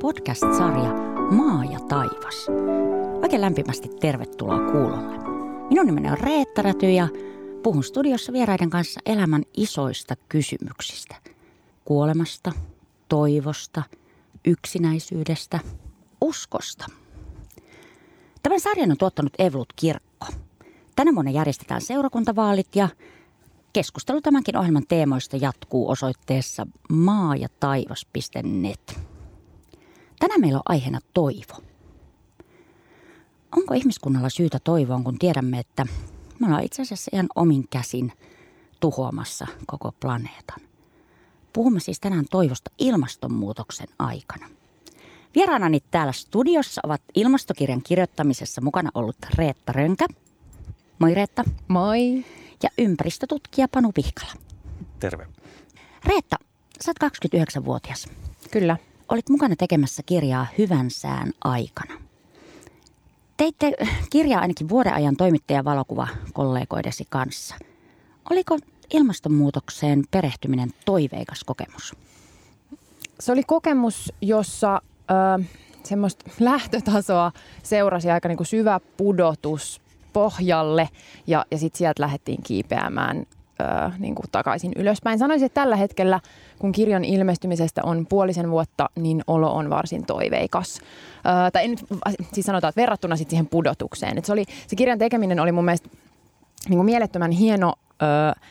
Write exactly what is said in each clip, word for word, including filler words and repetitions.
podcast-sarja Maa ja taivas. Oikein lämpimästi tervetuloa kuulolle. Minun nimeni on Reetta Räty ja puhun studiossa vieraiden kanssa elämän isoista kysymyksistä. Kuolemasta, toivosta, yksinäisyydestä, uskosta. Tämän sarjan on tuottanut Evolut-kirkko. Tänä vuonna järjestetään seurakuntavaalit ja keskustelu tämänkin ohjelman teemoista jatkuu osoitteessa maa ja taivas piste net. Tänään meillä on aiheena toivo. Onko ihmiskunnalla syytä toivoa, kun tiedämme, että me ollaan itse asiassa ihan omin käsin tuhoamassa koko planeetan? Puhumme siis tänään toivosta ilmastonmuutoksen aikana. Vieraanani täällä studiossa ovat ilmastokirjan kirjoittamisessa mukana ollut Reetta Rönkä. Moi Reetta. Moi. Ja ympäristötutkija Panu Pihkala. Terve. Reetta, sä oot kaksikymmentäyhdeksänvuotias. Kyllä. Olit mukana tekemässä kirjaa Hyvän sään aikana. Teitte kirjaa ainakin vuoden ajan toimittaja valokuvakollegoidesi kanssa. Oliko ilmastonmuutokseen perehtyminen toiveikas kokemus? Se oli kokemus, jossa ö, semmoista lähtötasoa seurasi aika niinku syvä pudotus pohjalle ja, ja sitten sieltä lähdettiin kiipeämään ö, niinku takaisin ylöspäin. Sanoisin, että tällä hetkellä, kun kirjan ilmestymisestä on puolisen vuotta, niin olo on varsin toiveikas. Ö, tai en nyt siis sanotaan, että verrattuna sit siihen pudotukseen. Et se, oli, se kirjan tekeminen oli mun mielestä niinku mielettömän hieno... Ö,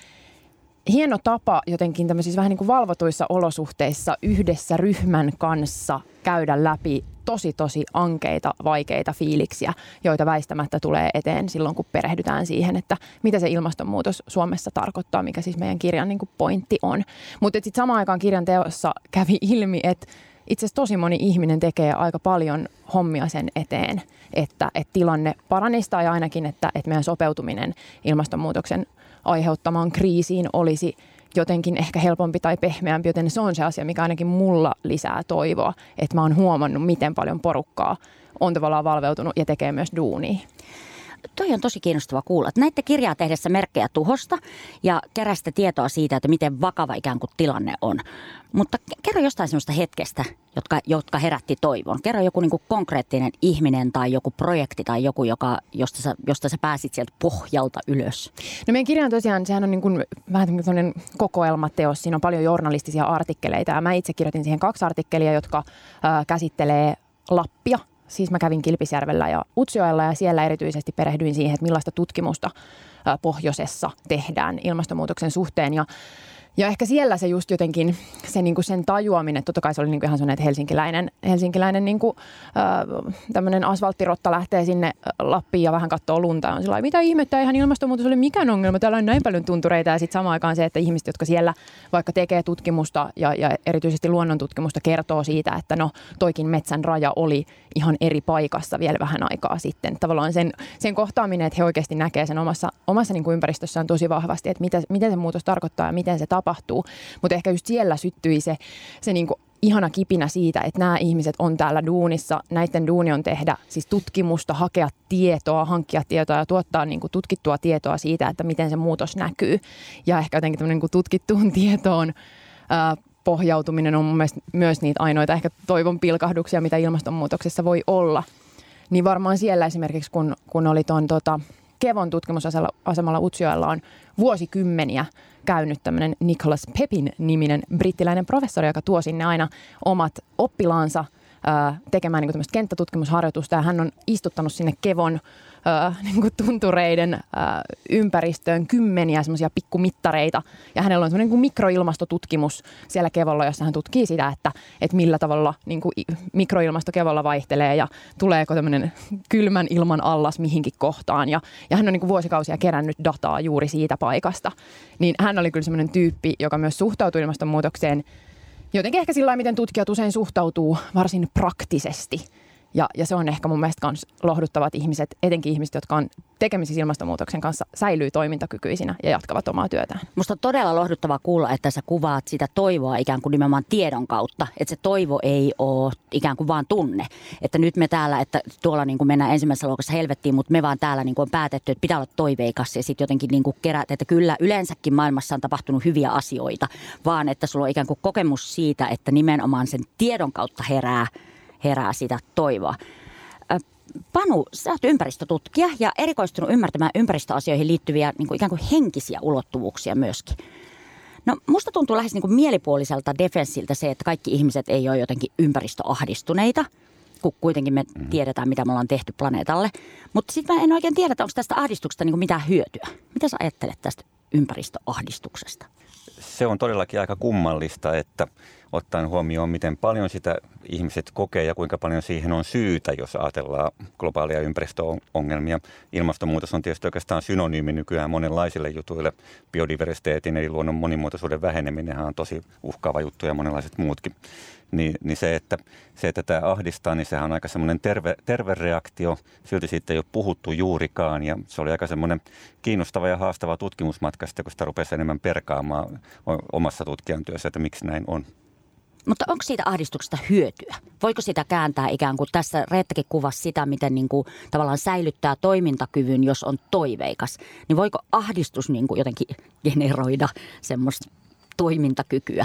Hieno tapa jotenkin tämmöisissä vähän niin kuin valvotuissa olosuhteissa yhdessä ryhmän kanssa käydä läpi tosi tosi ankeita, vaikeita fiiliksiä, joita väistämättä tulee eteen silloin, kun perehdytään siihen, että mitä se ilmastonmuutos Suomessa tarkoittaa, mikä siis meidän kirjan niin kuin pointti on. Mutta sitten samaan aikaan kirjan teossa kävi ilmi, että itse asiassa tosi moni ihminen tekee aika paljon hommia sen eteen, että, että tilanne paranisi tai ainakin, että, että meidän sopeutuminen ilmastonmuutoksen aiheuttamaan kriisiin olisi jotenkin ehkä helpompi tai pehmeämpi, joten se on se asia, mikä ainakin mulla lisää toivoa, että mä oon huomannut, miten paljon porukkaa on tavallaan valveutunut ja tekee myös duunia. Toi on tosi kiinnostava kuulla. Näitte kirjaa tehdessä merkkejä tuhosta ja keräsitte tietoa siitä, että miten vakava ikään kuin tilanne on. Mutta kerro jostain sellaista hetkestä, jotka, jotka herätti toivon. Kerro joku niin kuin konkreettinen ihminen tai joku projekti tai joku, joka, josta, sä, josta sä pääsit sieltä pohjalta ylös. No meidän kirja on tosiaan, sehän on niin kuin, vähän tämmöinen kokoelmateos. Siinä on paljon journalistisia artikkeleita ja mä itse kirjoitin siihen kaksi artikkelia, jotka äh, käsittelee Lappia. Siis mä kävin Kilpisjärvellä ja Utsjoella ja siellä erityisesti perehdyin siihen, että millaista tutkimusta pohjoisessa tehdään ilmastonmuutoksen suhteen. Ja, ja ehkä siellä se just jotenkin se, niin kuin sen tajuaminen, totta kai se oli niin kuin ihan sellainen, että helsinkiläinen, helsinkiläinen niin kuin, äh, tämmöinen asfalttirotta lähtee sinne Lappiin ja vähän katsoo lunta. On sellainen, mitä ihmettä, eihän ilmastonmuutos ole mikään ongelma, täällä on näin paljon tuntureita. Ja sitten samaan aikaan se, että ihmiset, jotka siellä vaikka tekee tutkimusta ja, ja erityisesti luonnontutkimusta kertoo siitä, että no toikin metsän raja oli ihan eri paikassa vielä vähän aikaa sitten. Tavallaan sen, sen kohtaaminen, että he oikeasti näkee sen omassa, omassa niin kuin ympäristössään tosi vahvasti, että mitä, miten se muutos tarkoittaa ja miten se tapahtuu. Mutta ehkä just siellä syttyi se, se niin kuin ihana kipinä siitä, että nämä ihmiset on täällä duunissa. Näiden duuni on tehdä siis tutkimusta, hakea tietoa, hankkia tietoa ja tuottaa niin kuin tutkittua tietoa siitä, että miten se muutos näkyy. Ja ehkä jotenkin tämmöinen niin kuin tutkittuun tietoon ää, pohjautuminen on mun mielestä myös niitä ainoita ehkä toivon pilkahduksia, mitä ilmastonmuutoksessa voi olla. Niin varmaan siellä esimerkiksi, kun, kun oli tuon tota, Kevon tutkimusasemalla Utsjoella on vuosikymmeniä käynyt tämmöinen Nicholas Pepin-niminen brittiläinen professori, joka tuo sinne aina omat oppilaansa ää, tekemään niin kuin tämmöistä kenttätutkimusharjoitusta. Ja hän on istuttanut sinne Kevon ää, niin kuin tuntureiden ää, ympäristöön kymmeniä semmoisia pikkumittareita. Ja hänellä on semmoinen niin kuin mikroilmastotutkimus siellä Kevolla, jossa hän tutkii sitä, että, että millä tavalla niin kuin mikroilmasto Kevolla vaihtelee ja tuleeko tämmöinen kylmän ilman allas mihinkin kohtaan. Ja, ja hän on niin kuin vuosikausia kerännyt dataa juuri siitä paikasta. Niin hän oli kyllä semmoinen tyyppi, joka myös suhtautui ilmastonmuutokseen jotenkin ehkä sillä lailla, miten tutkijat usein suhtautuu varsin praktisesti. Ja, ja se on ehkä mun mielestä myös lohduttavat ihmiset, etenkin ihmiset, jotka on tekemisissä ilmastonmuutoksen kanssa, säilyy toimintakykyisinä ja jatkavat omaa työtään. Musta on todella lohduttavaa kuulla, että sä kuvaat sitä toivoa ikään kuin nimenomaan tiedon kautta. Että se toivo ei ole ikään kuin vaan tunne. Että nyt me täällä, että tuolla niin kuin mennään ensimmäisessä luokassa helvettiin, mutta me vaan täällä niin kuin on päätetty, että pitää olla toiveikas ja sitten jotenkin niin kuin kerät, että kyllä yleensäkin maailmassa on tapahtunut hyviä asioita, vaan että sulla on ikään kuin kokemus siitä, että nimenomaan sen tiedon kautta herää herää sitä toivoa. Panu, sä oot ympäristötutkija ja erikoistunut ymmärtämään ympäristöasioihin liittyviä niin kuin ikään kuin henkisiä ulottuvuuksia myöskin. No musta tuntuu lähes niin kuin mielipuoliselta defenssiltä se, että kaikki ihmiset ei ole jotenkin ympäristöahdistuneita, kun kuitenkin me mm. tiedetään, mitä me ollaan tehty planeetalle. Mutta sitten mä en oikein tiedä, onko tästä ahdistuksesta niin kuin mitään hyötyä. Mitä sä ajattelet tästä ympäristöahdistuksesta? Se on todellakin aika kummallista, että ottaen huomioon, miten paljon sitä ihmiset kokee ja kuinka paljon siihen on syytä, jos ajatellaan globaalia ympäristöongelmia. Ilmastonmuutos on tietysti oikeastaan synonyymi nykyään monenlaisille jutuille. Biodiversiteetin eli luonnon monimuotoisuuden väheneminen on tosi uhkaava juttu ja monenlaiset muutkin. Niin, niin se, että, se, että tämä ahdistaa, niin sehän on aika semmoinen terve, terve reaktio. Silti siitä ei ole puhuttu juurikaan ja se oli aika semmoinen kiinnostava ja haastava tutkimusmatka sitten, kun sitä rupesi enemmän perkaamaan omassa tutkijan työssä, että miksi näin on. Mutta onko siitä ahdistuksesta hyötyä? Voiko sitä kääntää ikään kuin tässä Reettakin kuvasi sitä, miten niin kuin tavallaan säilyttää toimintakyvyn, jos on toiveikas. Niin voiko ahdistus niin kuin jotenkin generoida semmoista toimintakykyä?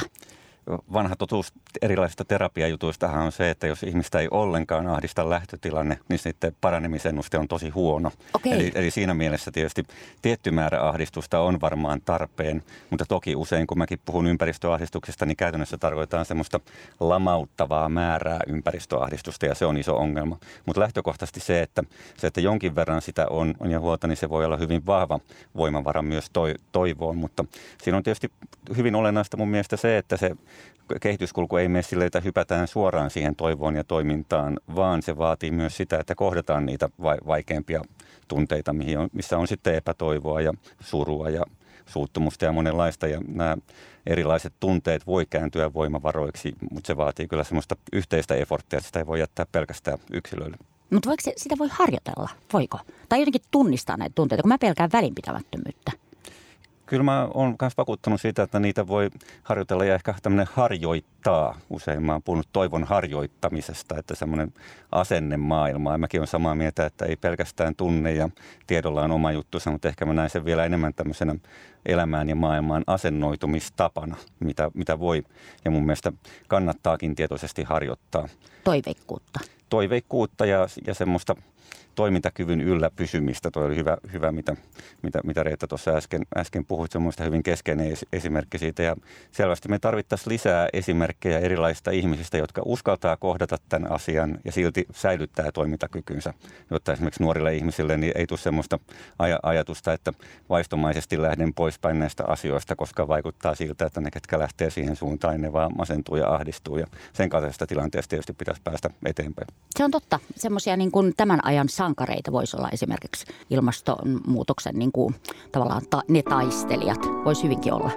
Vanha totuus erilaisista terapiajutuistahan on se, että jos ihmistä ei ollenkaan ahdista lähtötilanne, niin sitten paranemisen-ennuste on tosi huono. Eli, eli siinä mielessä tietysti tietty määrä ahdistusta on varmaan tarpeen, mutta toki usein kun mäkin puhun ympäristöahdistuksesta, niin käytännössä tarkoitetaan semmoista lamauttavaa määrää ympäristöahdistusta ja se on iso ongelma. Mutta lähtökohtaisesti se, että, se, että jonkin verran sitä on, on ja huolta, niin se voi olla hyvin vahva voimavara myös toi, toivoon, mutta siinä on tietysti hyvin olennaista mun mielestä se, että se kehityskulku ei mene sille, että hypätään suoraan siihen toivoon ja toimintaan, vaan se vaatii myös sitä, että kohdataan niitä vaikeampia tunteita, missä on sitten epätoivoa ja surua ja suuttumusta ja monenlaista. Ja nämä erilaiset tunteet voi kääntyä voimavaroiksi, mutta se vaatii kyllä semmoista yhteistä efforttia, että sitä ei voi jättää pelkästään yksilöille. Mutta voiko se, sitä voi harjoitella? Voiko? Tai jotenkin tunnistaa näitä tunteita, kun mä pelkään välinpitämättömyyttä. Kyllä mä oon myös vakuuttunut siitä, että niitä voi harjoitella ja ehkä tämmöinen harjoittaa. Usein mä oon puhunut toivon harjoittamisesta, että semmoinen asennemaailma. Ja mäkin olen samaa mieltä, että ei pelkästään tunne ja tiedolla on oma juttusa, mutta ehkä mä näen sen vielä enemmän tämmöisenä elämään ja maailmaan asennoitumistapana, mitä, mitä voi ja mun mielestä kannattaakin tietoisesti harjoittaa. Toiveikkuutta. Toiveikkuutta ja, ja semmoista toimintakyvyn yllä pysymistä. Tuo oli hyvä, hyvä mitä, mitä, mitä Reetta tuossa äsken, äsken puhuit. Se on mielestäni hyvin keskeinen esimerkki siitä. Ja selvästi me tarvittaisiin lisää esimerkkejä erilaisista ihmisistä, jotka uskaltaa kohdata tämän asian ja silti säilyttää toimintakykynsä. Jotta esimerkiksi nuorille ihmisille niin ei tule sellaista aj- ajatusta, että vaistomaisesti lähden poispäin näistä asioista, koska vaikuttaa siltä, että ne, ketkä lähtee siihen suuntaan, ne vaan masentuu ja ahdistuu. Ja sen kaltaisesta tilanteesta tietysti pitäisi päästä eteenpäin. Se on totta. Semmoisia niin kuin tämän ajan sankareita voisi olla esimerkiksi ilmastonmuutoksen niin kuin, tavallaan ta, ne taistelijat. Voisi hyvinkin olla.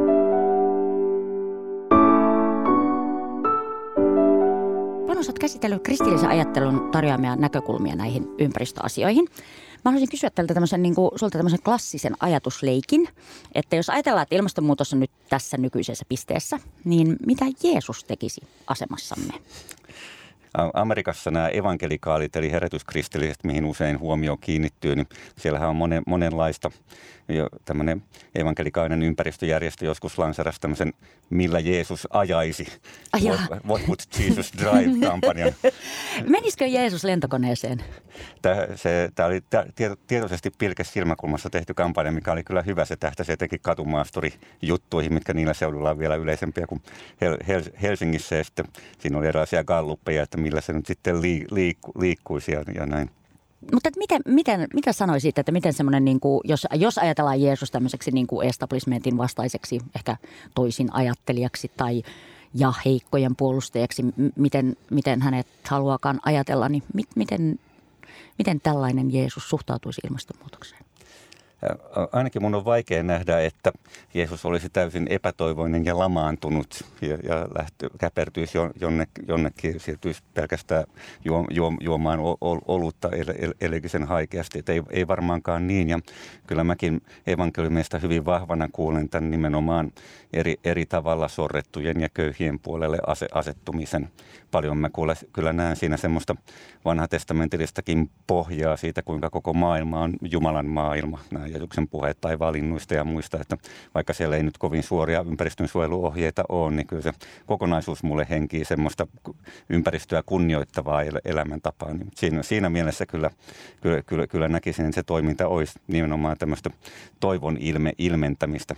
Panu, sä oot käsitellyt kristillisen ajattelun tarjoamia näkökulmia näihin ympäristöasioihin. Mä haluaisin kysyä tältä tämmöisen, niin kuin, sulta tämmöisen klassisen ajatusleikin, että jos ajatellaan, että ilmastonmuutos on nyt tässä nykyisessä pisteessä, niin mitä Jeesus tekisi asemassamme? Amerikassa nämä evankelikaalit eli herätyskristilliset, mihin usein huomio kiinnittyy, niin siellähän on monen, monenlaista. Tämmöinen evankelikainen ympäristöjärjestö joskus lanserasi tämmöisen Millä Jeesus ajaisi, What, what would Jesus drive-kampanjan. Menisikö Jeesus lentokoneeseen? Tämä, se, tämä oli tietoisesti pilkes silmäkulmassa tehty kampanja, mikä oli kyllä hyvä. Se tähtäisi etenkin katumaasturi-juttuihin, mitkä niillä seudulla on vielä yleisempiä kuin Helsingissä. Ja sitten siinä oli erilaisia galluppeja, että millä se nyt sitten liikku, liikkuisi ja, ja näin. Mutta miten, miten, mitä sanoisit, että miten semmoinen, niin kuin, jos, jos ajatellaan Jeesus tämmöiseksi niin kuin establishmentin vastaiseksi, ehkä toisin ajattelijaksi tai ja heikkojen puolustajaksi, miten, miten hänet haluakaan ajatella, niin mit, miten, miten tällainen Jeesus suhtautuisi ilmastonmuutokseen? Ainakin mun on vaikea nähdä, että Jeesus olisi täysin epätoivoinen ja lamaantunut ja, ja lähtö, käpertyisi jonnekin, jonnekin siirtyisi pelkästään juo, juo, juomaan olutta elegisen haikeasti. Ei, ei varmaankaan niin. Ja kyllä mäkin evankeliumista hyvin vahvana kuulen tämän nimenomaan eri, eri tavalla sorrettujen ja köyhien puolelle ase, asettumisen. Paljon mä kuule, kyllä näen siinä semmoista vanhatestamentilistakin pohjaa siitä, kuinka koko maailma on Jumalan maailma. Nämä Marjatuksen puheet taivaanlinnuista ja muista, että vaikka siellä ei nyt kovin suoria ympäristönsuojeluohjeita ole, niin kyllä se kokonaisuus mulle henkii semmoista ympäristöä kunnioittavaa elämäntapaa. Niin siinä, siinä mielessä kyllä, kyllä, kyllä, kyllä näkisin, että se toiminta olisi nimenomaan tämmöistä toivon ilme, ilmentämistä.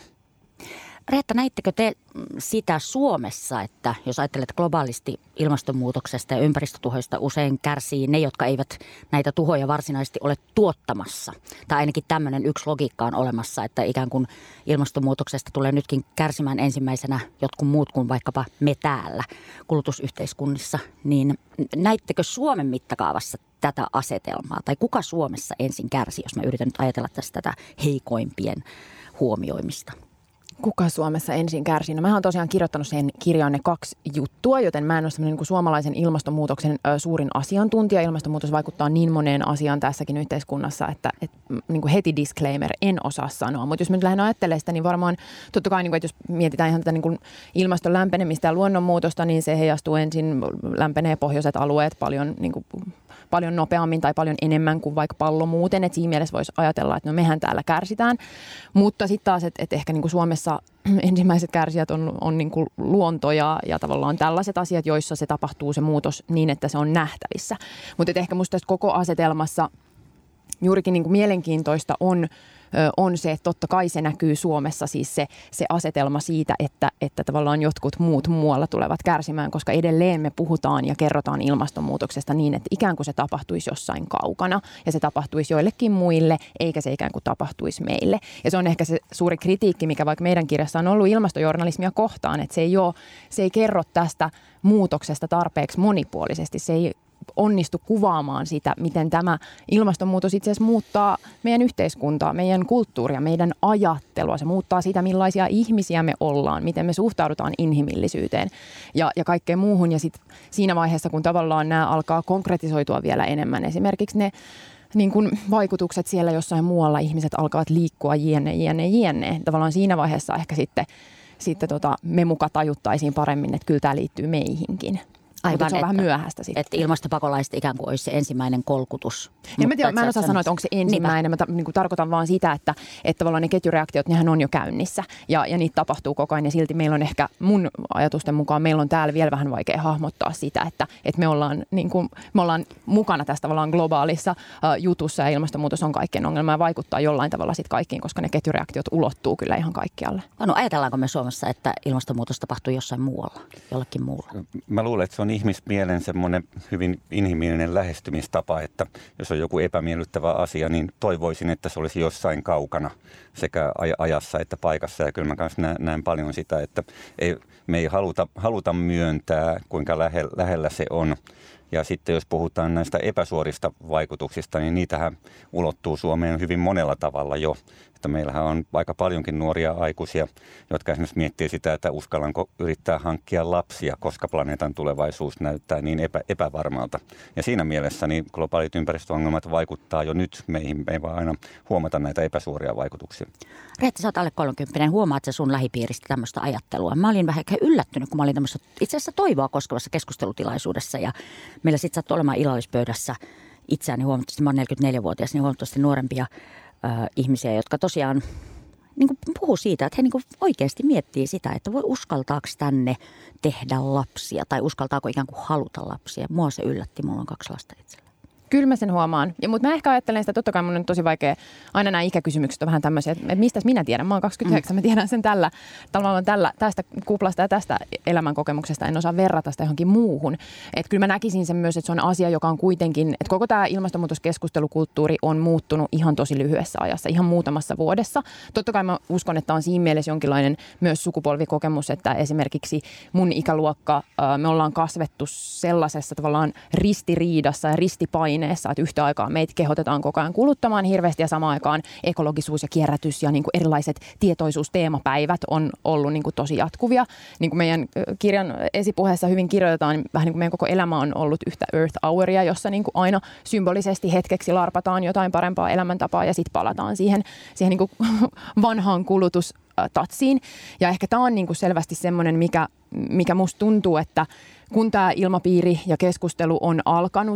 Reetta, näittekö te sitä Suomessa, että jos ajattelet globaalisti ilmastonmuutoksesta ja ympäristötuhoista usein kärsii ne, jotka eivät näitä tuhoja varsinaisesti ole tuottamassa. Tai ainakin tämmöinen yksi logiikka on olemassa, että ikään kuin ilmastonmuutoksesta tulee nytkin kärsimään ensimmäisenä jotkut muut kuin vaikkapa me täällä kulutusyhteiskunnissa. Niin näittekö Suomen mittakaavassa tätä asetelmaa? Tai kuka Suomessa ensin kärsi, jos mä yritän nyt ajatella tästä tätä heikoimpien huomioimista? Kuka Suomessa ensin kärsii? No mä oon tosiaan kirjoittanut sen kirjaan ne kaksi juttua, joten mä en ole semmoinen niin kuin suomalaisen ilmastonmuutoksen ö, suurin asiantuntija. Ilmastonmuutos vaikuttaa niin moneen asiaan tässäkin yhteiskunnassa, että et, niin kuin heti disclaimer, en osaa sanoa. Mutta jos mä nyt lähden ajattelemaan sitä, niin varmaan totta kai, niin kuin, että jos mietitään ihan tätä niin kuin ilmaston lämpenemistä ja luonnonmuutosta, niin se heijastuu ensin, lämpenee pohjoiset alueet paljon niin kuin paljon nopeammin tai paljon enemmän kuin vaikka pallo muuten. Et siinä mielessä voisi ajatella, että no mehän täällä kärsitään. Mutta sitten taas, että et ehkä niin kuin Suomessa ensimmäiset kärsijät on, on niin kuin luonto ja, ja tavallaan tällaiset asiat, joissa se tapahtuu se muutos niin, että se on nähtävissä. Mutta ehkä musta tässä koko asetelmassa juurikin niin kuin mielenkiintoista on, on se, että totta kai se näkyy Suomessa siis se, se asetelma siitä, että, että tavallaan jotkut muut muualla tulevat kärsimään, koska edelleen me puhutaan ja kerrotaan ilmastonmuutoksesta niin, että ikään kuin se tapahtuisi jossain kaukana ja se tapahtuisi joillekin muille, eikä se ikään kuin tapahtuisi meille. Ja se on ehkä se suuri kritiikki, mikä vaikka meidän kirjassa on ollut ilmastojournalismia kohtaan, että se ei, ole, se ei kerro tästä muutoksesta tarpeeksi monipuolisesti, se ei onnistu kuvaamaan sitä, miten tämä ilmastonmuutos itse asiassa muuttaa meidän yhteiskuntaa, meidän kulttuuria, meidän ajattelua. Se muuttaa sitä, millaisia ihmisiä me ollaan, miten me suhtaudutaan inhimillisyyteen ja, ja kaikkeen muuhun. Ja sitten siinä vaiheessa, kun tavallaan nämä alkaa konkretisoitua vielä enemmän, esimerkiksi ne niin kuin vaikutukset siellä jossain muualla, ihmiset alkavat liikkua jienne, jienne, jienne. Tavallaan siinä vaiheessa ehkä sitten, sitten tota, me muka tajuttaisiin paremmin, että kyllä tämä liittyy meihinkin. Aivan, mutta se on että, vähän myöhäistä sitten. Että ilmastopakolaiset ikään kuin olisi se ensimmäinen kolkutus. Ja mä, tiedän, mä en osaa sanoa, että onko se ensimmäinen. Niinpä. Mä niin kuin tarkoitan vaan sitä, että, että tavallaan ne ketjureaktiot, nehän on jo käynnissä. Ja, ja niitä tapahtuu koko ajan. Ja silti meillä on ehkä, mun ajatusten mukaan, meillä on täällä vielä vähän vaikea hahmottaa sitä, että, että me, ollaan, niin kuin, me ollaan mukana tässä tavallaan globaalissa uh, jutussa. Ja ilmastonmuutos on kaikkien ongelma ja vaikuttaa jollain tavalla sitten kaikkiin, koska ne ketjureaktiot ulottuu kyllä ihan kaikkialle. No ajatellaanko me Suomessa, että ilmastonmuutos tapahtuu jossain muualla, jollakin muulla? Mä luulen, että se on ihmismielen semmoinen hyvin inhimillinen lähestymistapa, että jos on joku epämiellyttävä asia, niin toivoisin, että se olisi jossain kaukana sekä ajassa että paikassa. Ja kyllä mä kanssa näen paljon sitä, että ei, me ei haluta, haluta myöntää, kuinka lähellä, lähellä se on. Ja sitten jos puhutaan näistä epäsuorista vaikutuksista, niin niitähän ulottuu Suomeen hyvin monella tavalla jo. Että meillähän on aika paljonkin nuoria aikuisia, jotka esimerkiksi miettii sitä, että uskallanko yrittää hankkia lapsia, koska planeetan tulevaisuus näyttää niin epä, epävarmalta. Ja siinä mielessä niin globaalit ympäristöongelmat vaikuttaa jo nyt meihin. Me ei vaan aina huomata näitä epäsuoria vaikutuksia. Reetta, sä oot alle kolmekymppinen. Huomaat sä sun lähipiiristä tämmöistä ajattelua? Mä olin vähän yllättynyt, kun mä olin tämmöisessä itse asiassa toivoa koskevassa keskustelutilaisuudessa. Ja meillä sitten sattui olemaan illallispöydässä itseäni huomattavasti, mä oon neljäkymmentäneljävuotias, niin huomattavasti nuorempia äh, ihmisiä, jotka tosiaan niin kuin puhuu siitä, että he niin kuin oikeasti miettii sitä, että voi uskaltaako tänne tehdä lapsia tai uskaltaako ikään kuin haluta lapsia. Mua se yllätti, mulla on kaksi lasta itsellä. Kyllä mä sen huomaan. Ja, mutta mä ehkä ajattelen sitä, totta kai mun on tosi vaikea, aina nämä ikäkysymykset on vähän tämmöisiä, että mistä minä tiedän. Mä oon kaksikymmentäyhdeksän, mm. mä tiedän sen tällä, tavallaan tällä, tästä kuplasta ja tästä elämänkokemuksesta, en osaa verrata sitä johonkin muuhun. Että kyllä mä näkisin sen myös, että se on asia, joka on kuitenkin, että koko tämä ilmastonmuutoskeskustelukulttuuri on muuttunut ihan tosi lyhyessä ajassa, ihan muutamassa vuodessa. Totta kai mä uskon, että on siinä mielessä jonkinlainen myös sukupolvikokemus, että esimerkiksi mun ikäluokka, me ollaan kasvettu sellaisessa tavallaan ristiriidassa ja ristipaineessa, että yhtä aikaa meitä kehotetaan koko ajan kuluttamaan hirveästi ja samaan aikaan ekologisuus ja kierrätys ja niin kuin erilaiset tietoisuusteemapäivät on ollut niin kuin tosi jatkuvia. Niin kuin meidän kirjan esipuheessa hyvin kirjoitetaan, vähän niin kuin meidän koko elämä on ollut yhtä Earth Houria, jossa niin kuin aina symbolisesti hetkeksi larpataan jotain parempaa elämäntapaa ja sitten palataan siihen, siihen niin kuin vanhaan kulutustatsiin. Ja ehkä tämä on niin kuin selvästi semmoinen, mikä, mikä musta tuntuu, että kun tämä ilmapiiri ja keskustelu on alkanut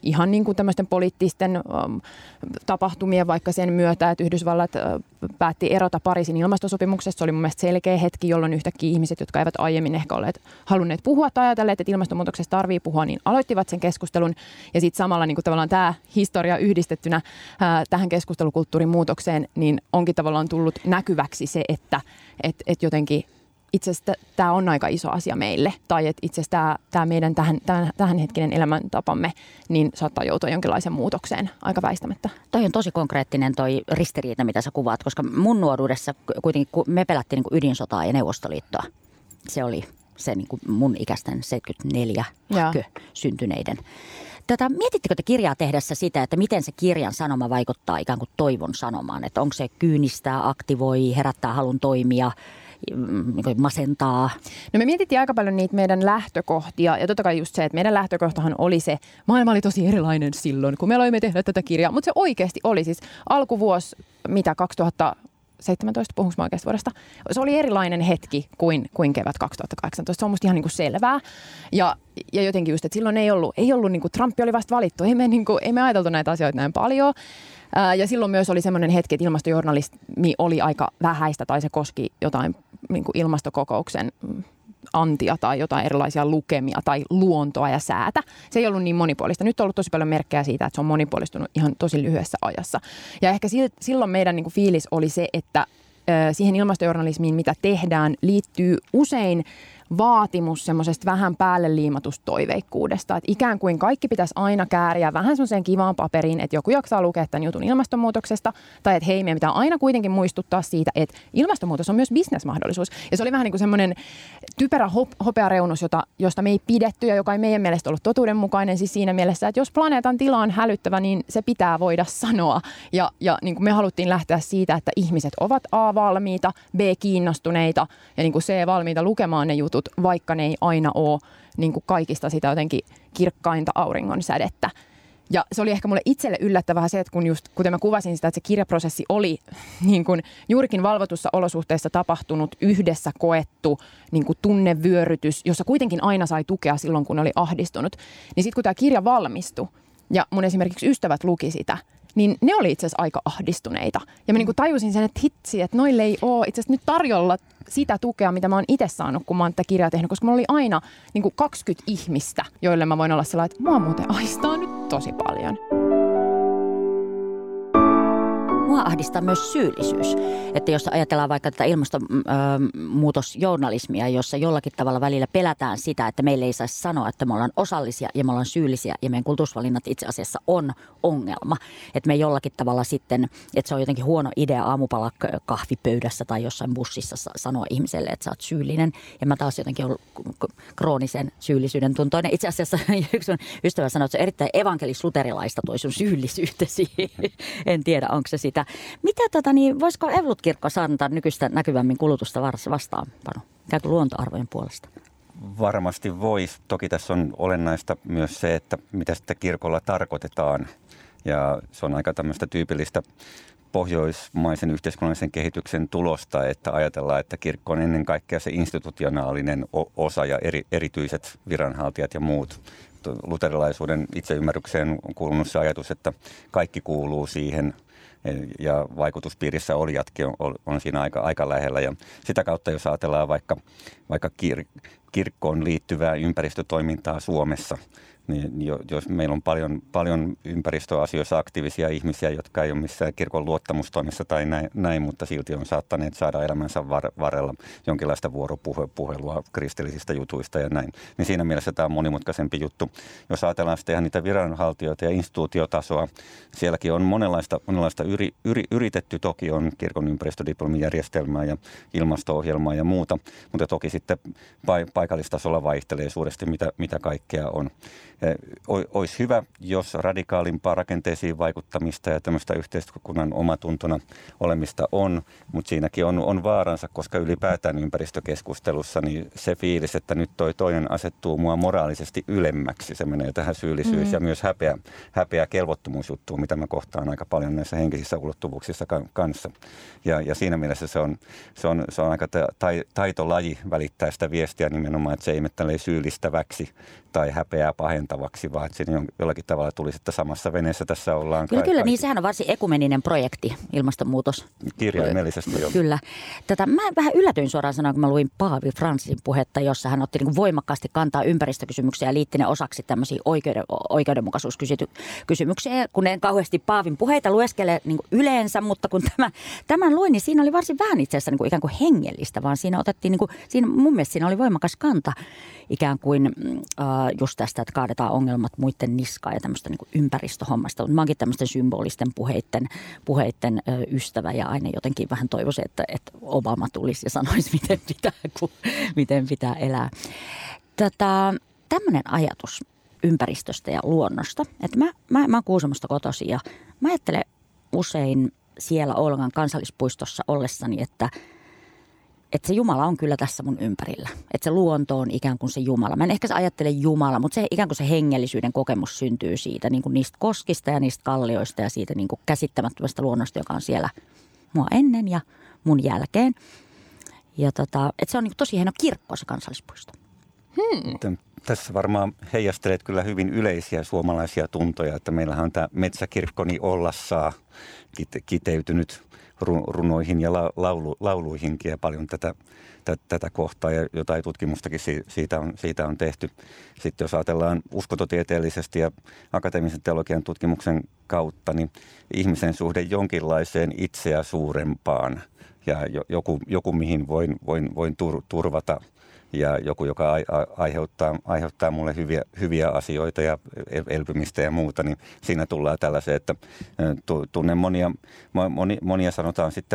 ihan niin kuin tämmöisten poliittisten um, tapahtumien vaikka sen myötä, että Yhdysvallat uh, päätti erota Pariisin ilmastosopimuksesta. Se oli mun mielestä selkeä hetki, jolloin yhtäkkiä ihmiset, jotka eivät aiemmin ehkä olleet halunneet puhua tai ajatelleet, että ilmastonmuutoksesta tarvii puhua, niin aloittivat sen keskustelun. Ja sitten samalla niin kuin tavallaan tämä historia yhdistettynä ää, tähän keskustelukulttuurin muutokseen, niin onkin tavallaan tullut näkyväksi se, että et, et jotenkin itse asiassa tämä on aika iso asia meille. Tai että itse asiassa tämä meidän tähän, tähän, tähän hetkinen elämäntapamme niin saattaa joutua jonkinlaiseen muutokseen aika väistämättä. Toi on tosi konkreettinen toi ristiriita, mitä sä kuvaat, koska mun nuoruudessa kuitenkin me pelättiin niin kuin ydinsotaa ja Neuvostoliittoa. Se oli se niin kuin mun ikäisten seitsemänkymmentäneljä syntyneiden. Tätä, mietittekö te kirjaa tehdessä sitä, että miten se kirjan sanoma vaikuttaa ikään kuin toivon sanomaan? Että onko se kyynistää, aktivoi, herättää halun toimia, masentaa? No me mietittiin aika paljon niitä meidän lähtökohtia ja totta kai just se, että meidän lähtökohtahan oli se, maailma oli tosi erilainen silloin, kun me aloimme tehdä tätä kirjaa, mutta se oikeasti oli siis alkuvuosi, mitä kaksituhattaseitsemäntoista, puhunko mä oikeasta vuodesta, se oli erilainen hetki kuin, kuin kevät kaksituhattakahdeksantoista, se on musta ihan niin kuin selvää ja, ja jotenkin just, että silloin ei ollut, ei ollut niin kuin Trump oli vasta valittu, ei me, niin kuin, ei me ajateltu näitä asioita näin paljon. Ja silloin myös oli semmoinen hetki, että ilmastojournalismi oli aika vähäistä tai se koski jotain niin kuin ilmastokokouksen antia tai jotain erilaisia lukemia tai luontoa ja säätä. Se ei ollut niin monipuolista. Nyt on ollut tosi paljon merkkejä siitä, että se on monipuolistunut ihan tosi lyhyessä ajassa. Ja ehkä silloin meidän niin kuin fiilis oli se, että siihen ilmastojournalismiin, mitä tehdään, liittyy usein vaatimus semmoisesta vähän päälle liimatusta toiveikkuudesta. Että ikään kuin kaikki pitäisi aina kääriä vähän semmoiseen kivaan paperiin, että joku jaksaa lukea tämän jutun ilmastonmuutoksesta. Tai että hei, meidän pitää aina kuitenkin muistuttaa siitä, että ilmastonmuutos on myös bisnesmahdollisuus. Ja se oli vähän niin kuin semmoinen typerä hopeareunus, jota, josta me ei pidetty ja joka ei meidän mielestä ollut totuudenmukainen. Siis siinä mielessä, että jos planeetan tila on hälyttävä, niin se pitää voida sanoa. Ja, ja niin kuin me haluttiin lähteä siitä, että ihmiset ovat A valmiita, B kiinnostuneita ja niin kuin C valmiita lukemaan ne jutut, vaikka ne ei aina ole niin kuin kaikista sitä jotenkin kirkkainta auringon sädettä. Ja se oli ehkä mulle itselle yllättävää se, että kun just, kuten mä kuvasin sitä, että se kirjaprosessi oli niin kuin juurikin valvotussa olosuhteissa tapahtunut, yhdessä koettu niin kuin tunnevyörytys, jossa kuitenkin aina sai tukea silloin, kun oli ahdistunut. Niin sitten kun tämä kirja valmistui ja mun esimerkiksi ystävät luki sitä, niin ne oli itse asiassa aika ahdistuneita. Ja mä niin kuin tajusin sen, että hitsi, että noille ei ole itse asiassa nyt tarjolla sitä tukea, mitä mä oon itse saanut, kun mä oon tätä kirjaa tehnyt, koska mulla oli aina niin kuin kaksikymmentä ihmistä, joille mä voin olla sellainen, että mua muuten ahistaa nyt tosi paljon. Mua ahdistaa myös syyllisyys. Että jos ajatellaan vaikka tätä ilmastonmuutosjournalismia, jossa jollakin tavalla välillä pelätään sitä, että meille ei saisi sanoa, että me ollaan osallisia ja me ollaan syyllisiä ja meidän kulutusvalinnat itse asiassa on ongelma. Että me jollakin tavalla sitten, että se on jotenkin huono idea aamupala kahvipöydässä tai jossain bussissa sanoa ihmiselle, että sä oot syyllinen. Ja mä taas jotenkin olen kroonisen syyllisyyden tuntoinen. Itse asiassa yksi ystävä sanoi, että se on erittäin evankelis-luterilaista toi sun syyllisyytesi. En tiedä, onko se sitä. Mitä tota, niin voisiko Evolut-kirkko saada nykyistä näkyvämmin kulutusta vastaanpano? Käykö luontoarvojen puolesta? Varmasti voisi. Toki tässä on olennaista myös se, että mitä sitten kirkolla tarkoitetaan. Ja se on aika tämmöistä tyypillistä pohjoismaisen yhteiskunnallisen kehityksen tulosta, että ajatellaan, että kirkko on ennen kaikkea se institutionaalinen osa ja eri, erityiset viranhaltijat ja muut. Luterilaisuuden itseymmärrykseen on kuulunut se ajatus, että kaikki kuuluu siihen ja vaikutuspiirissä olijatkin on, on siinä aika, aika lähellä. Ja sitä kautta, jos ajatellaan vaikka, vaikka kir, kirkkoon liittyvää ympäristötoimintaa Suomessa, niin jos meillä on paljon, paljon ympäristöasioissa aktiivisia ihmisiä, jotka ei ole missään kirkon luottamustoimissa tai näin, näin mutta silti on saattaneet saada elämänsä var, varrella jonkinlaista vuoropuhelua kristillisistä jutuista ja näin. Niin siinä mielessä tämä on monimutkaisempi juttu. Jos ajatellaan sitten ihan niitä viranhaltijoita ja instituutiotasoa, sielläkin on monenlaista, monenlaista yri, yri, yritetty. Toki on kirkon ympäristödiplomijärjestelmää ja ilmasto-ohjelmaa ja muuta, mutta toki sitten paikallistasolla vaihtelee suuresti, mitä, mitä kaikkea on. Olisi hyvä, jos radikaalimpaa rakenteisiin vaikuttamista ja tämmöistä yhteiskunnan omatuntona olemista on, mutta siinäkin on, on vaaransa, koska ylipäätään ympäristökeskustelussa niin se fiilis, että nyt toi toinen asettuu mua moraalisesti ylemmäksi, se menee tähän syyllisyys mm. ja myös häpeä, häpeä kelvottomuusjuttuun, mitä mä kohtaan aika paljon näissä henkisissä ulottuvuuksissa kanssa. Ja, ja siinä mielessä se on, se on, se on aika taitolaji välittää sitä viestiä nimenomaan, että se ei mene tälleen syyllistäväksi tai häpeää pahentavaksi rakentavaksi, vaan että siinä jollakin tavalla tulisi, että samassa veneessä tässä ollaan. Kyllä, ka- kyllä. Kaikki. Niin sehän on varsin ekumeninen projekti, ilmastonmuutos. Kirjaimellisesti jo. Kyllä. Tätä, mä vähän yllätyin suoraan sanoen, kun mä luin Paavi Francisin puhetta, jossa hän otti niin kuin voimakkaasti kantaa ympäristökysymyksiä ja liitti ne osaksi tämmöisiä oikeuden, oikeudenmukaisuuskysymyksiä, kun en kauheasti Paavin puheita lueskele niin kuin yleensä, mutta kun tämä, tämän luin, niin siinä oli varsin vähän itse asiassa niin kuin ikään kuin hengellistä, vaan siinä otettiin, niin kuin, siinä, mun mielestä siinä oli voimakas kanta ikään kuin äh, just tästä, että kaadetaan ongelmat muiden niskaan ja tämmöistä niin kuin ympäristöhommasta. Mä oonkin tämmöisten symbolisten puheiden, puheiden äh, ystävä ja aina jotenkin vähän toivoisin, että, että Obama tulisi ja sanoisi, miten pitää, kun, miten pitää elää. Tätä, tämmöinen ajatus ympäristöstä ja luonnosta, että mä, mä, mä oon Kuusamosta kotoisin ja mä ajattelen usein siellä Oulangan kansallispuistossa ollessani, että että se Jumala on kyllä tässä mun ympärillä. Että se luonto on ikään kuin se Jumala. Mä en ehkä ajattele Jumala, mutta se ikään kuin se hengellisyyden kokemus syntyy siitä niin kuin niistä koskista ja niistä kallioista ja siitä niin kuin käsittämättömästä luonnosta, joka on siellä mua ennen ja mun jälkeen. Ja tota, että se on niin kuin tosi hieno kirkko se kansallispuisto. Hmm. Tässä varmaan heijastelet kyllä hyvin yleisiä suomalaisia tuntoja, että meillähän on tämä metsäkirkkoni Ollassa kiteytynyt runoihin ja laulu, lauluihinkin ja paljon tätä, tätä, tätä kohtaa ja jotain tutkimustakin siitä on, siitä on tehty. Sitten jos ajatellaan uskontotieteellisesti ja akateemisen teologian tutkimuksen kautta, niin ihmisen suhde jonkinlaiseen itseä suurempaan ja joku, joku mihin voin, voin, voin turvata ja joku, joka aiheuttaa, aiheuttaa mulle hyviä, hyviä asioita ja elpymistä ja muuta, niin siinä tullaan tällaiseen, että tunnen monia, monia, monia sanotaan sitten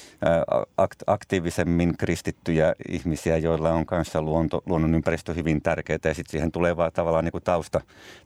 aktiivisemmin kristittyjä ihmisiä, joilla on kanssa luonto, luonnon ympäristö hyvin tärkeää ja sitten siihen tulee vaan tavallaan niin kuin tausta,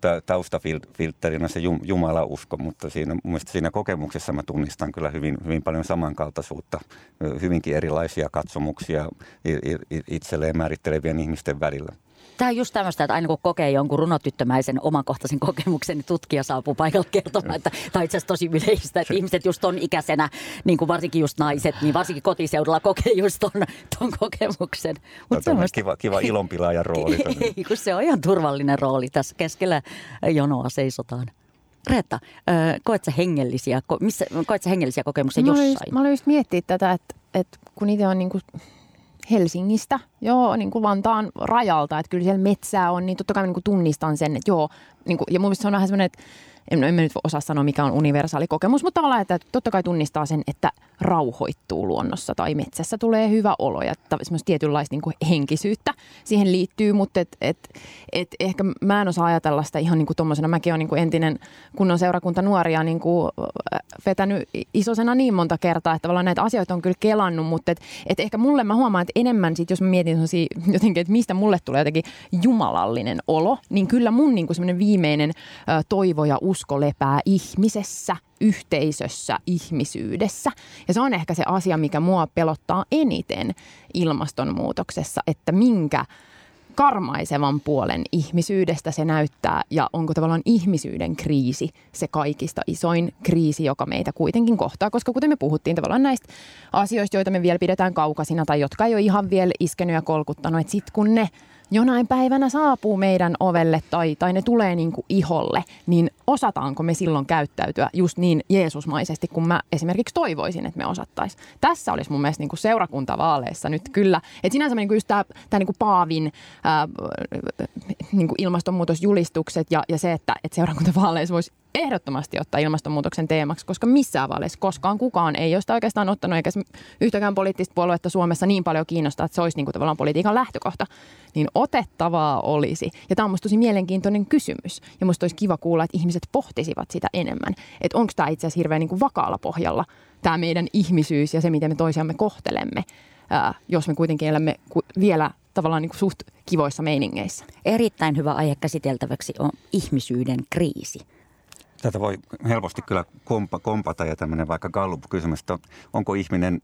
taustafiltterinä se jumalausko, mutta siinä, mun mielestä siinä kokemuksessa mä tunnistan kyllä hyvin, hyvin paljon samankaltaisuutta, hyvinkin erilaisia katsomuksia itselleen määrittelevien ihmisten välillä. Tämä on just tämmöistä, että aina kun kokee jonkun runotyttömäisen omakohtaisen kokemuksen, niin tutkija saapuu paikalle kertomaan, että tämä on itse asiassa tosi yleistä, että ihmiset just ton ikäisenä, niin kuin varsinkin just naiset, niin varsinkin kotiseudulla kokee just ton, ton kokemuksen. Mut no, kiva, kiva ilonpilaajan rooli. Ei, kun se on ihan turvallinen rooli. Tässä keskellä jonoa seisotaan. Reetta, koet sä hengellisiä, missä, koet sä hengellisiä kokemuksia mä jossain? Just, mä olin just miettiä tätä, että, että kun itse on niin kuin Helsingistä, joo, niin kuin Vantaan rajalta, että kyllä siellä metsää on, niin totta kai mä niin kuin tunnistan sen, että joo, niin kuin, ja mun mielestä se on vähän semmoinen, että en, en mä nyt osaa sanoa, mikä on universaali kokemus, mutta tavallaan, että totta kai tunnistaa sen, että rauhoittuu luonnossa tai metsässä tulee hyvä olo ja semmoista tietynlaista niin kuin henkisyyttä siihen liittyy, mutta et, et, et ehkä mä en osaa ajatella sitä ihan niin kuin tommosena. Mäkin olen niin kuin entinen kunnon seurakunta nuoria niin kuin vetänyt isosena niin monta kertaa, että tavallaan näitä asioita on kyllä kelannut, mutta et, et ehkä mulle mä huomaan, että enemmän sit, jos mä mietin jotenkin, että mistä mulle tulee jotenkin jumalallinen olo, niin kyllä mun niin kuin semmoinen viimeinen ä, toivo ja usko lepää ihmisessä, yhteisössä, ihmisyydessä. Ja se on ehkä se asia, mikä mua pelottaa eniten ilmastonmuutoksessa, että minkä karmaisevan puolen ihmisyydestä se näyttää ja onko tavallaan ihmisyyden kriisi se kaikista isoin kriisi, joka meitä kuitenkin kohtaa, koska kuten me puhuttiin tavallaan näistä asioista, joita me vielä pidetään kaukaisina tai jotka ei ole ihan vielä iskenyt ja kolkuttanut, että sitten kun ne jonain päivänä saapuu meidän ovelle tai, tai ne tulee niin kuin iholle, niin osataanko me silloin käyttäytyä just niin jeesusmaisesti, kun mä esimerkiksi toivoisin, että me osattaisiin. Tässä olisi mun mielestä niin kuin seurakuntavaaleissa nyt kyllä. Että sinänsä niin kuin just tämä, tämä niin kuin Paavin ää, niin kuin ilmastonmuutosjulistukset ja, ja se, että, että seurakuntavaaleissa voisi ehdottomasti ottaa ilmastonmuutoksen teemaksi, koska missään vaaleissa koskaan kukaan ei ole sitä oikeastaan ottanut, eikä yhtäkään poliittista puoluetta Suomessa niin paljon kiinnostaa, että se olisi niin kuin tavallaan politiikan lähtökohta, niin otettavaa olisi. Ja tämä on musta tosi mielenkiintoinen kysymys. Ja musta olisi kiva kuulla, että ihmiset pohtisivat sitä enemmän. Että onko tämä itse asiassa hirveän niin kuin vakaalla pohjalla, tämä meidän ihmisyys ja se, miten me toisiamme kohtelemme, ää, jos me kuitenkin elämme vielä tavallaan niin kuin suht kivoissa meiningeissä. Erittäin hyvä aihe käsiteltäväksi on ihmisyyden kriisi. Tätä voi helposti kyllä kompa, kompata ja tämmöinen vaikka Gallup-kysymys, että onko ihminen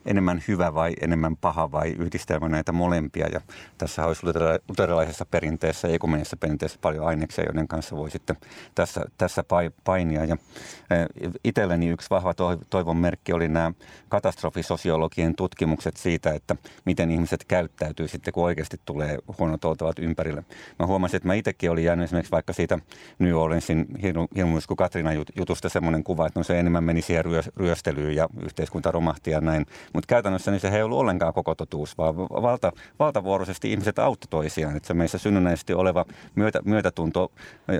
enemmän hyvä vai enemmän paha vai yhdistelmä näitä molempia. Ja tässä olisi luterilaisessa perinteessä ja ekumenisessa perinteessä paljon aineksia, joiden kanssa voi sitten tässä, tässä painia. Ja itselleni yksi vahva toivon merkki oli nämä katastrofisosiologien tutkimukset siitä, että miten ihmiset käyttäytyy sitten, kun oikeasti tulee huonot oltavat ympärille. Mä huomasin, että mä itsekin olin jäänyt esimerkiksi vaikka siitä New Orleansin hirmuisku Katrina jutusta semmoinen kuva, että no se enemmän meni siihen ryöstelyyn ja yhteiskunta romahti ja näin. Mutta käytännössä niin se ei ollut ollenkaan koko totuus, vaan valta, valtavuoroisesti ihmiset auttoi toisiaan. Että se meissä synnynnäisesti oleva myötä, myötätunto,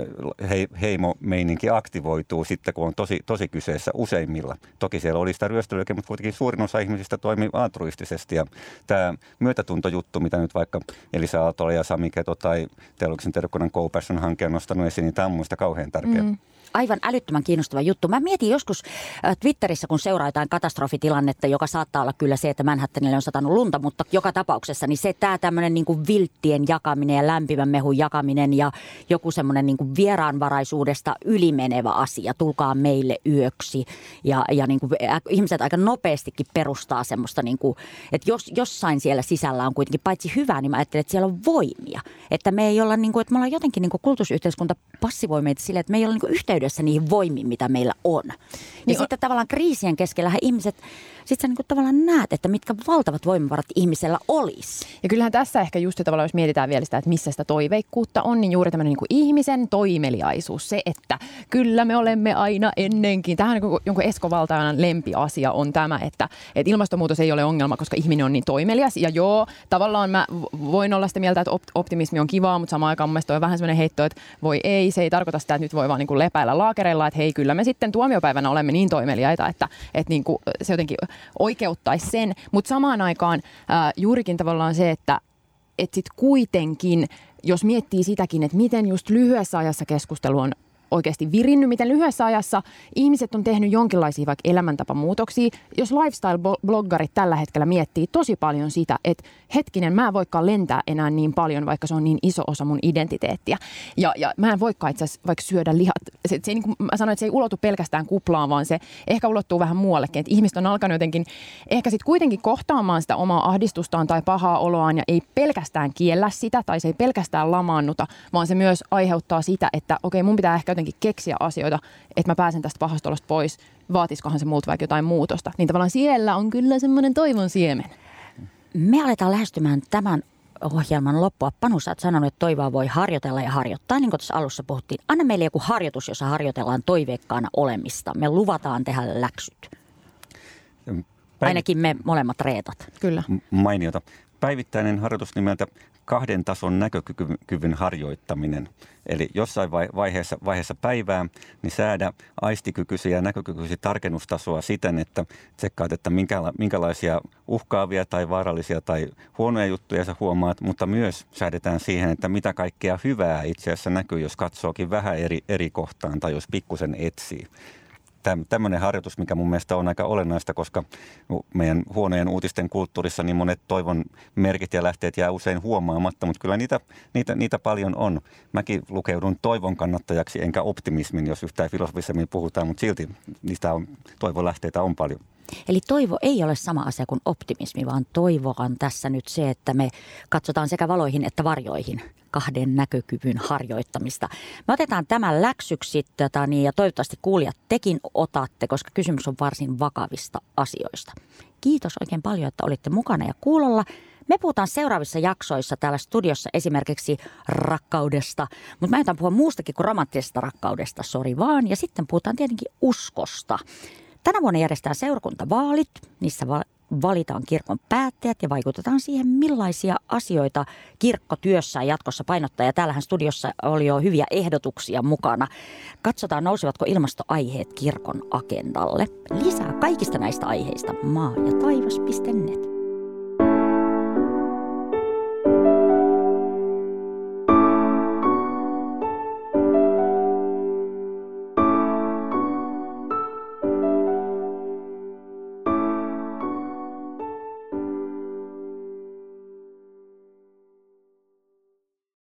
he, heimo-meininki aktivoituu sitten, kun on tosi, tosi kyseessä useimmilla. Toki siellä oli sitä ryöstelyäkin, mutta kuitenkin suurin osa ihmisistä toimi altruistisesti. Ja tämä myötätuntojuttu, mitä nyt vaikka Elisa Aaltola ja Sami Keto tai Teologisen terveydenhuollon Co-Passion-hanke on nostanut esiin, niin tämä on minusta kauhean tärkeää. Mm. Aivan älyttömän kiinnostava juttu. Mä mietin joskus Twitterissä, kun seuraa jotain katastrofitilannetta, joka saattaa olla kyllä se, että Manhattanille on satanut lunta, mutta joka tapauksessa niin se tämä tämmöinen niin kuin vilttien jakaminen ja lämpimän mehun jakaminen ja joku semmoinen niin kuin vieraanvaraisuudesta ylimenevä asia, tulkaa meille yöksi. Ja, ja niin kuin ihmiset aika nopeastikin perustaa semmoista, niin kuin, että jos jossain siellä sisällä on kuitenkin paitsi hyvää, niin mä ajattelen, että siellä on voimia. Että me ei olla, niin kuin, että me ollaan jotenkin niin kuin kultusyhteiskunta passivoi meitä silleen, että me ei olla niin kuin yhteydessä niihin voimiin, mitä meillä on. Ja niin sitten on tavallaan kriisien keskellä ihmiset, sitten sä niin kuin tavallaan näet, että mitkä valtavat voimavarat ihmisellä olisi. Ja kyllähän tässä ehkä just tavallaan, jos mietitään vielä sitä, että missä sitä toiveikkuutta on, niin juuri tämmöinen niin kuin ihmisen toimeliaisuus. Se, että kyllä me olemme aina ennenkin. Tähän niin jonkun Esko Valtaojan lempiasia on tämä, että, että ilmastonmuutos ei ole ongelma, koska ihminen on niin toimelias. Ja joo, tavallaan mä voin olla sitä mieltä, että optimismi on kivaa, mutta samaan aikaan mun mielestä on vähän semmoinen heitto, että voi ei, se ei tarkoita sitä, että nyt voi vaan niin kuin lepäillä laakereilla, että hei, kyllä me sitten tuomiopäivänä olemme niin toimeliaita, että, että niin kuin se jotenkin oikeuttaisi sen. Mutta samaan aikaan ää, juurikin tavallaan se, että et sit kuitenkin, jos miettii sitäkin, että miten just lyhyessä ajassa keskustelu on oikeasti virinnyt, miten lyhyessä ajassa ihmiset on tehnyt jonkinlaisia vaikka elämäntapamuutoksia. Jos lifestyle-bloggarit tällä hetkellä miettii tosi paljon sitä, että hetkinen, mä en voikaan lentää enää niin paljon, vaikka se on niin iso osa mun identiteettiä. Ja, ja mä en voikaan itse asiassa vaikka syödä lihat. Se, se, niin kuin mä sanoin, että se ei ulotu pelkästään kuplaan, vaan se ehkä ulottuu vähän muuallekin. Että ihmiset on alkanut jotenkin ehkä sitten kuitenkin kohtaamaan sitä omaa ahdistustaan tai pahaa oloaan ja ei pelkästään kiellä sitä tai se ei pelkästään lamaannuta, vaan se myös aiheuttaa sitä, että okei, mun pitää ehkä jotenkin keksiä asioita, että mä pääsen tästä pahasta olosta pois, vaatiskohan se multa vaikka jotain muutosta. Niin tavallaan siellä on kyllä semmoinen toivon siemen. Me aletaan lähestymään tämän ohjelman loppua. Panu, sä oot sanonut, että toivoa voi harjoitella ja harjoittaa. Niin kuin tuossa alussa puhuttiin, anna meille joku harjoitus, jossa harjoitellaan toiveikkaana olemista. Me luvataan tehdä läksyt. Päiv- Ainakin me molemmat Reetat. Kyllä. Mainiota. Päivittäinen harjoitus nimeltä kahden tason näkökyvyn harjoittaminen. Eli jossain vaiheessa, vaiheessa päivää niin säädä aistikykyisiä ja näkökykyisiä tarkennustasoa siten, että tsekkaat, että minkäla- minkälaisia uhkaavia tai vaarallisia tai huonoja juttuja sä huomaat, mutta myös säädetään siihen, että mitä kaikkea hyvää itse asiassa näkyy, jos katsookin vähän eri, eri kohtaan tai jos pikkusen etsii. Tämmöinen harjoitus, mikä mun mielestä on aika olennaista, koska meidän huoneen uutisten kulttuurissa niin monet toivon merkit ja lähteet jää usein huomaamatta, mutta kyllä niitä, niitä, niitä paljon on. Mäkin lukeudun toivon kannattajaksi enkä optimismin, jos yhtään filosofisemmin puhutaan, mutta silti niistä on, toivon lähteitä on paljon. Eli toivo ei ole sama asia kuin optimismi, vaan toivo on tässä nyt se, että me katsotaan sekä valoihin että varjoihin kahden näkökyvyn harjoittamista. Me otetaan tämän läksyksi tota, niin, ja toivottavasti kuulijat tekin otatte, koska kysymys on varsin vakavista asioista. Kiitos oikein paljon, että olitte mukana ja kuulolla. Me puhutaan seuraavissa jaksoissa täällä studiossa esimerkiksi rakkaudesta, mutta mä aion puhua muustakin kuin romanttisesta rakkaudesta, sori vaan. Ja sitten puhutaan tietenkin uskosta. Tänä vuonna järjestetään seurakuntavaalit, niissä valitaan kirkon päättäjät ja vaikutetaan siihen, millaisia asioita kirkko työssään jatkossa painottaa. Ja täällähän studiossa oli jo hyviä ehdotuksia mukana. Katsotaan, nousevatko ilmastoaiheet kirkon agendalle. Lisää kaikista näistä aiheista maa ja taivas piste net.